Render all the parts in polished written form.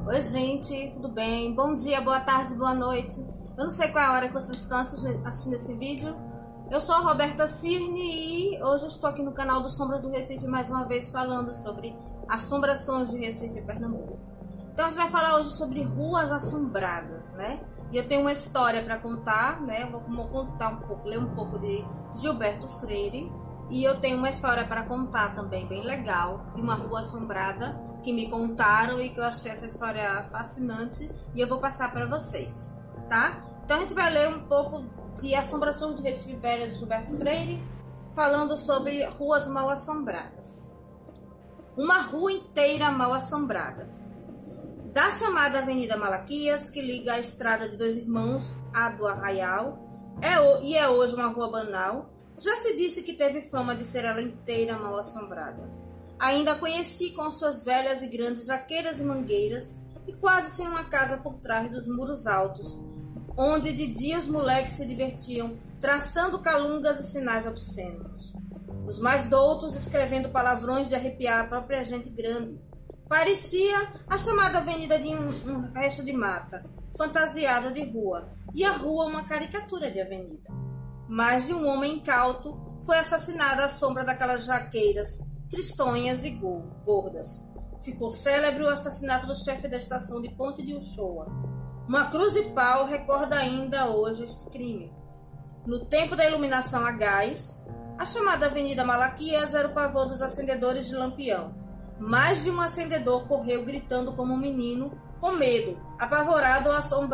Oi gente, tudo bem? Bom dia, boa tarde, boa noite. Eu não sei qual é a hora que vocês estão assistindo esse vídeo. Eu sou a Roberta Cirne e hoje eu estou aqui no canal do Sombras do Recife mais uma vez falando sobre assombrações de Recife e Pernambuco. Então a gente vai falar hoje sobre ruas assombradas, né? E eu tenho uma história para contar, né? Eu vou contar um pouco, ler um pouco de Gilberto Freire. E eu tenho uma história para contar também, bem legal, de uma rua assombrada que me contaram e que eu achei essa história fascinante e eu vou passar para vocês, tá? Então a gente vai ler um pouco de Assombrações do Recife Velho de Gilberto Freire, falando sobre ruas mal assombradas. Uma rua inteira mal assombrada. Da chamada Avenida Malaquias, que liga a Estrada de Dois Irmãos à do Arraial, é hoje uma rua banal. Já se disse que teve fama de ser ela inteira mal assombrada. Ainda a conheci com suas velhas e grandes jaqueiras e mangueiras e quase sem uma casa por trás dos muros altos, onde de dia os moleques se divertiam traçando calungas e sinais obscenos. Os mais doutos escrevendo palavrões de arrepiar a própria gente grande. Parecia a chamada avenida de um resto de mata, fantasiada de rua, e a rua uma caricatura de avenida. Mais de um homem incauto foi assassinado à sombra daquelas jaqueiras tristonhas e gordas. Ficou célebre o assassinato do chefe da estação de Ponte de Uchoa. Uma cruz de pau recorda ainda hoje este crime. No tempo da iluminação a gás, a chamada Avenida Malaquias era o pavor dos acendedores de lampião. Mais de um acendedor correu gritando como um menino, com medo, apavorado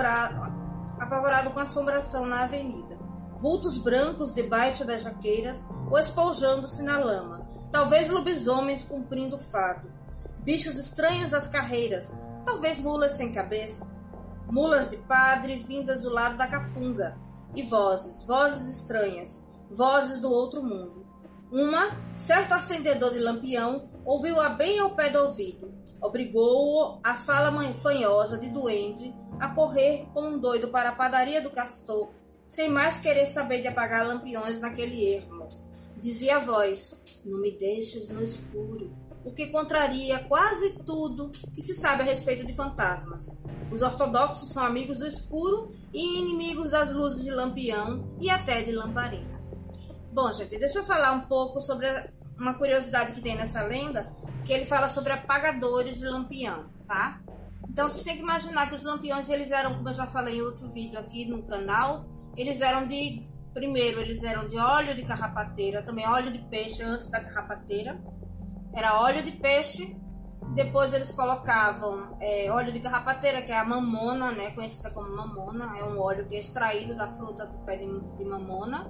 com assombração na avenida. Vultos brancos debaixo das jaqueiras ou espoljando-se na lama. Talvez lobisomens cumprindo o fardo. Bichos estranhos às carreiras. Talvez mulas sem cabeça. Mulas de padre vindas do lado da capunga. E vozes estranhas. Vozes do outro mundo. Certo acendedor de lampião, ouviu-a bem ao pé do ouvido. Obrigou-o, a fala fanhosa de duende, a correr como um doido para a padaria do Castor, sem mais querer saber de apagar lampiões naquele ermo. Dizia a voz: não me deixes no escuro, o que contraria quase tudo que se sabe a respeito de fantasmas. Os ortodoxos são amigos do escuro e inimigos das luzes de lampião e até de lamparina. Bom, gente, deixa eu falar um pouco sobre uma curiosidade que tem nessa lenda, que ele fala sobre apagadores de lampião, tá? Então, você tem que imaginar que os lampiões, eles eram, como eu já falei em outro vídeo aqui no canal, eles eram de óleo de carrapateira, também óleo de peixe antes da carrapateira. Era óleo de peixe, depois eles colocavam óleo de carrapateira, que é a mamona, né, conhecida como mamona, é um óleo que é extraído da fruta do pé de mamona.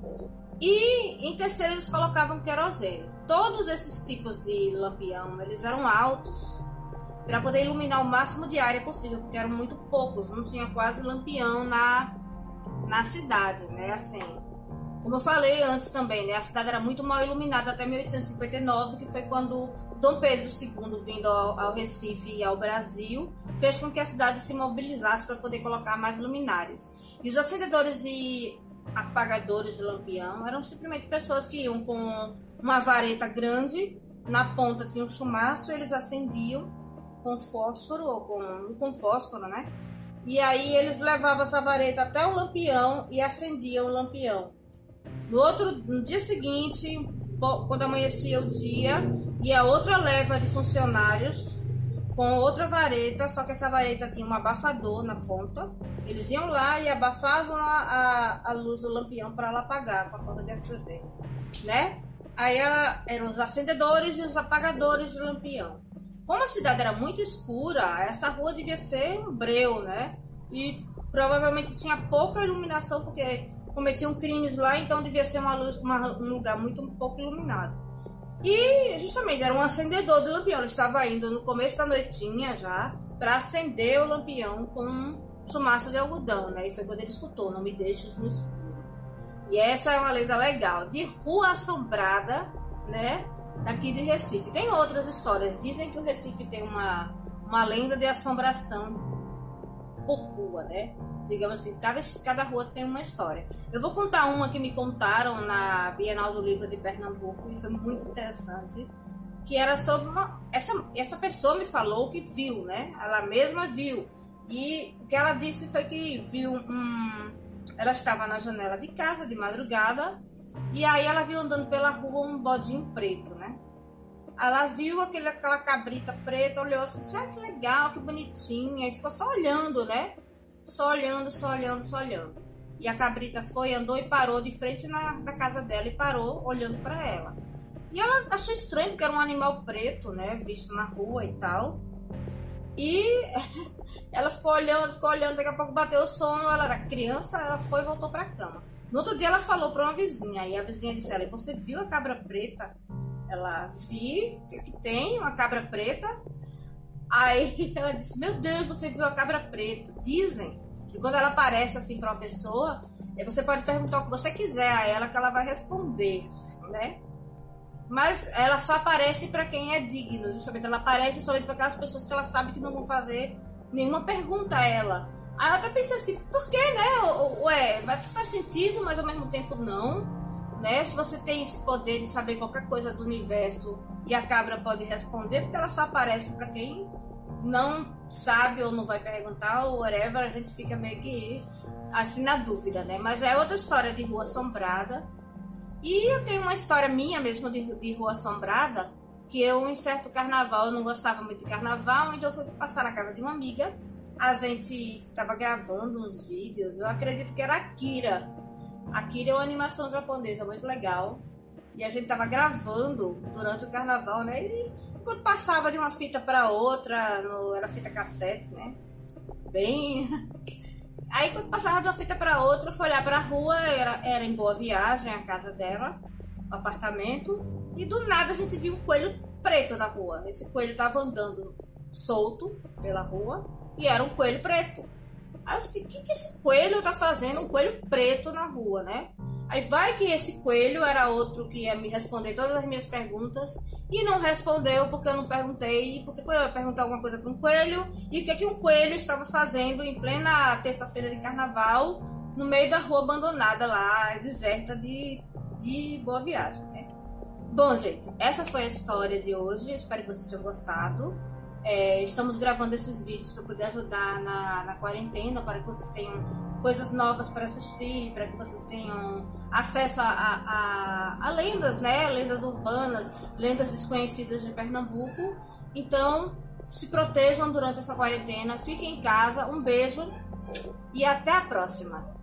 E em terceiro eles colocavam querosene. Todos esses tipos de lampião, eles eram altos, para poder iluminar o máximo de área possível, porque eram muito poucos, não tinha quase lampião na cidade, né? Assim, como eu falei antes também, né? A cidade era muito mal iluminada até 1859, que foi quando Dom Pedro II, vindo ao Recife e ao Brasil, fez com que a cidade se mobilizasse para poder colocar mais luminárias. E os acendedores e apagadores de lampião eram simplesmente pessoas que iam com uma vareta grande, na ponta tinha um chumaço, eles acendiam com fósforo, ou com fósforo, né? E aí eles levavam essa vareta até o lampião e acendiam o lampião. No dia seguinte, quando amanhecia o dia, ia outra leva de funcionários com outra vareta, só que essa vareta tinha um abafador na ponta. Eles iam lá e abafavam a luz do lampião para ela apagar com a falta de oxigênio, né? Aí eram os acendedores e os apagadores de lampião. Como a cidade era muito escura, essa rua devia ser um breu, né? E provavelmente tinha pouca iluminação, porque cometiam crimes lá, então devia ser um lugar muito pouco iluminado. E justamente era um acendedor de lampião. Ele estava indo no começo da noitinha já para acender o lampião com um chumaço de algodão, né? E foi quando ele escutou: não me deixes no escuro. E essa é uma lenda legal de rua assombrada, né? Daqui de Recife. Tem outras histórias. Dizem que o Recife tem uma lenda de assombração por rua, né? Digamos assim, cada rua tem uma história. Eu vou contar uma que me contaram na Bienal do Livro de Pernambuco e foi muito interessante. que era sobre essa pessoa me falou que viu, né? Ela mesma viu. E o que ela disse foi que viu ela estava na janela de casa de madrugada e aí ela viu andando pela rua um bodinho preto, né? Ela viu aquela cabrita preta, olhou assim, ah, que legal, que bonitinha, e ficou só olhando, né? Só olhando, só olhando, só olhando. E a cabrita foi, andou e parou de frente da casa dela e parou olhando para ela. E ela achou estranho, porque era um animal preto, né? Visto na rua e tal. E ela ficou olhando, daqui a pouco bateu o sono, ela era criança, ela foi e voltou para a cama. No outro dia ela falou para uma vizinha, e a vizinha disse a ela, você viu a cabra preta? Ela, vi que tem uma cabra preta. Aí ela disse, meu Deus, você viu a cabra preta? Dizem que quando ela aparece assim para uma pessoa, você pode perguntar o que você quiser a ela, que ela vai responder, né? Mas ela só aparece para quem é digno, justamente. Ela aparece somente para aquelas pessoas que ela sabe que não vão fazer nenhuma pergunta a ela. Aí eu até pensei assim, por que, né? Ué, faz sentido, mas ao mesmo tempo não, né? Se você tem esse poder de saber qualquer coisa do universo e a cabra pode responder, porque ela só aparece para quem não sabe ou não vai perguntar ou whatever, a gente fica meio que assim na dúvida, né? Mas é outra história de Rua Assombrada. E eu tenho uma história minha mesmo de Rua Assombrada, que eu, em certo carnaval, eu não gostava muito de carnaval, então eu fui passar na casa de uma amiga. A gente estava gravando uns vídeos, eu acredito que era Akira. Akira é uma animação japonesa muito legal. E a gente estava gravando durante o carnaval, né? E enquanto passava de uma fita para outra, era fita cassete, né? Bem... Aí quando passava de uma fita para outra, eu fui olhar para a rua, era em Boa Viagem, a casa dela, o apartamento, e do nada a gente viu um coelho preto na rua. Esse coelho estava andando solto pela rua e era um coelho preto. Aí eu falei, o que esse coelho tá fazendo, um coelho preto na rua, né? Aí vai que esse coelho era outro que ia me responder todas as minhas perguntas e não respondeu porque eu não perguntei, porque eu ia perguntar alguma coisa para um coelho e o que um coelho estava fazendo em plena terça-feira de carnaval no meio da rua abandonada lá, deserta de Boa Viagem, né? Bom, gente, essa foi a história de hoje, espero que vocês tenham gostado. Estamos gravando esses vídeos para poder ajudar na quarentena, para que vocês tenham coisas novas para assistir, para que vocês tenham acesso a lendas, né? Lendas urbanas, lendas desconhecidas de Pernambuco. Então, se protejam durante essa quarentena, fiquem em casa, um beijo e até a próxima!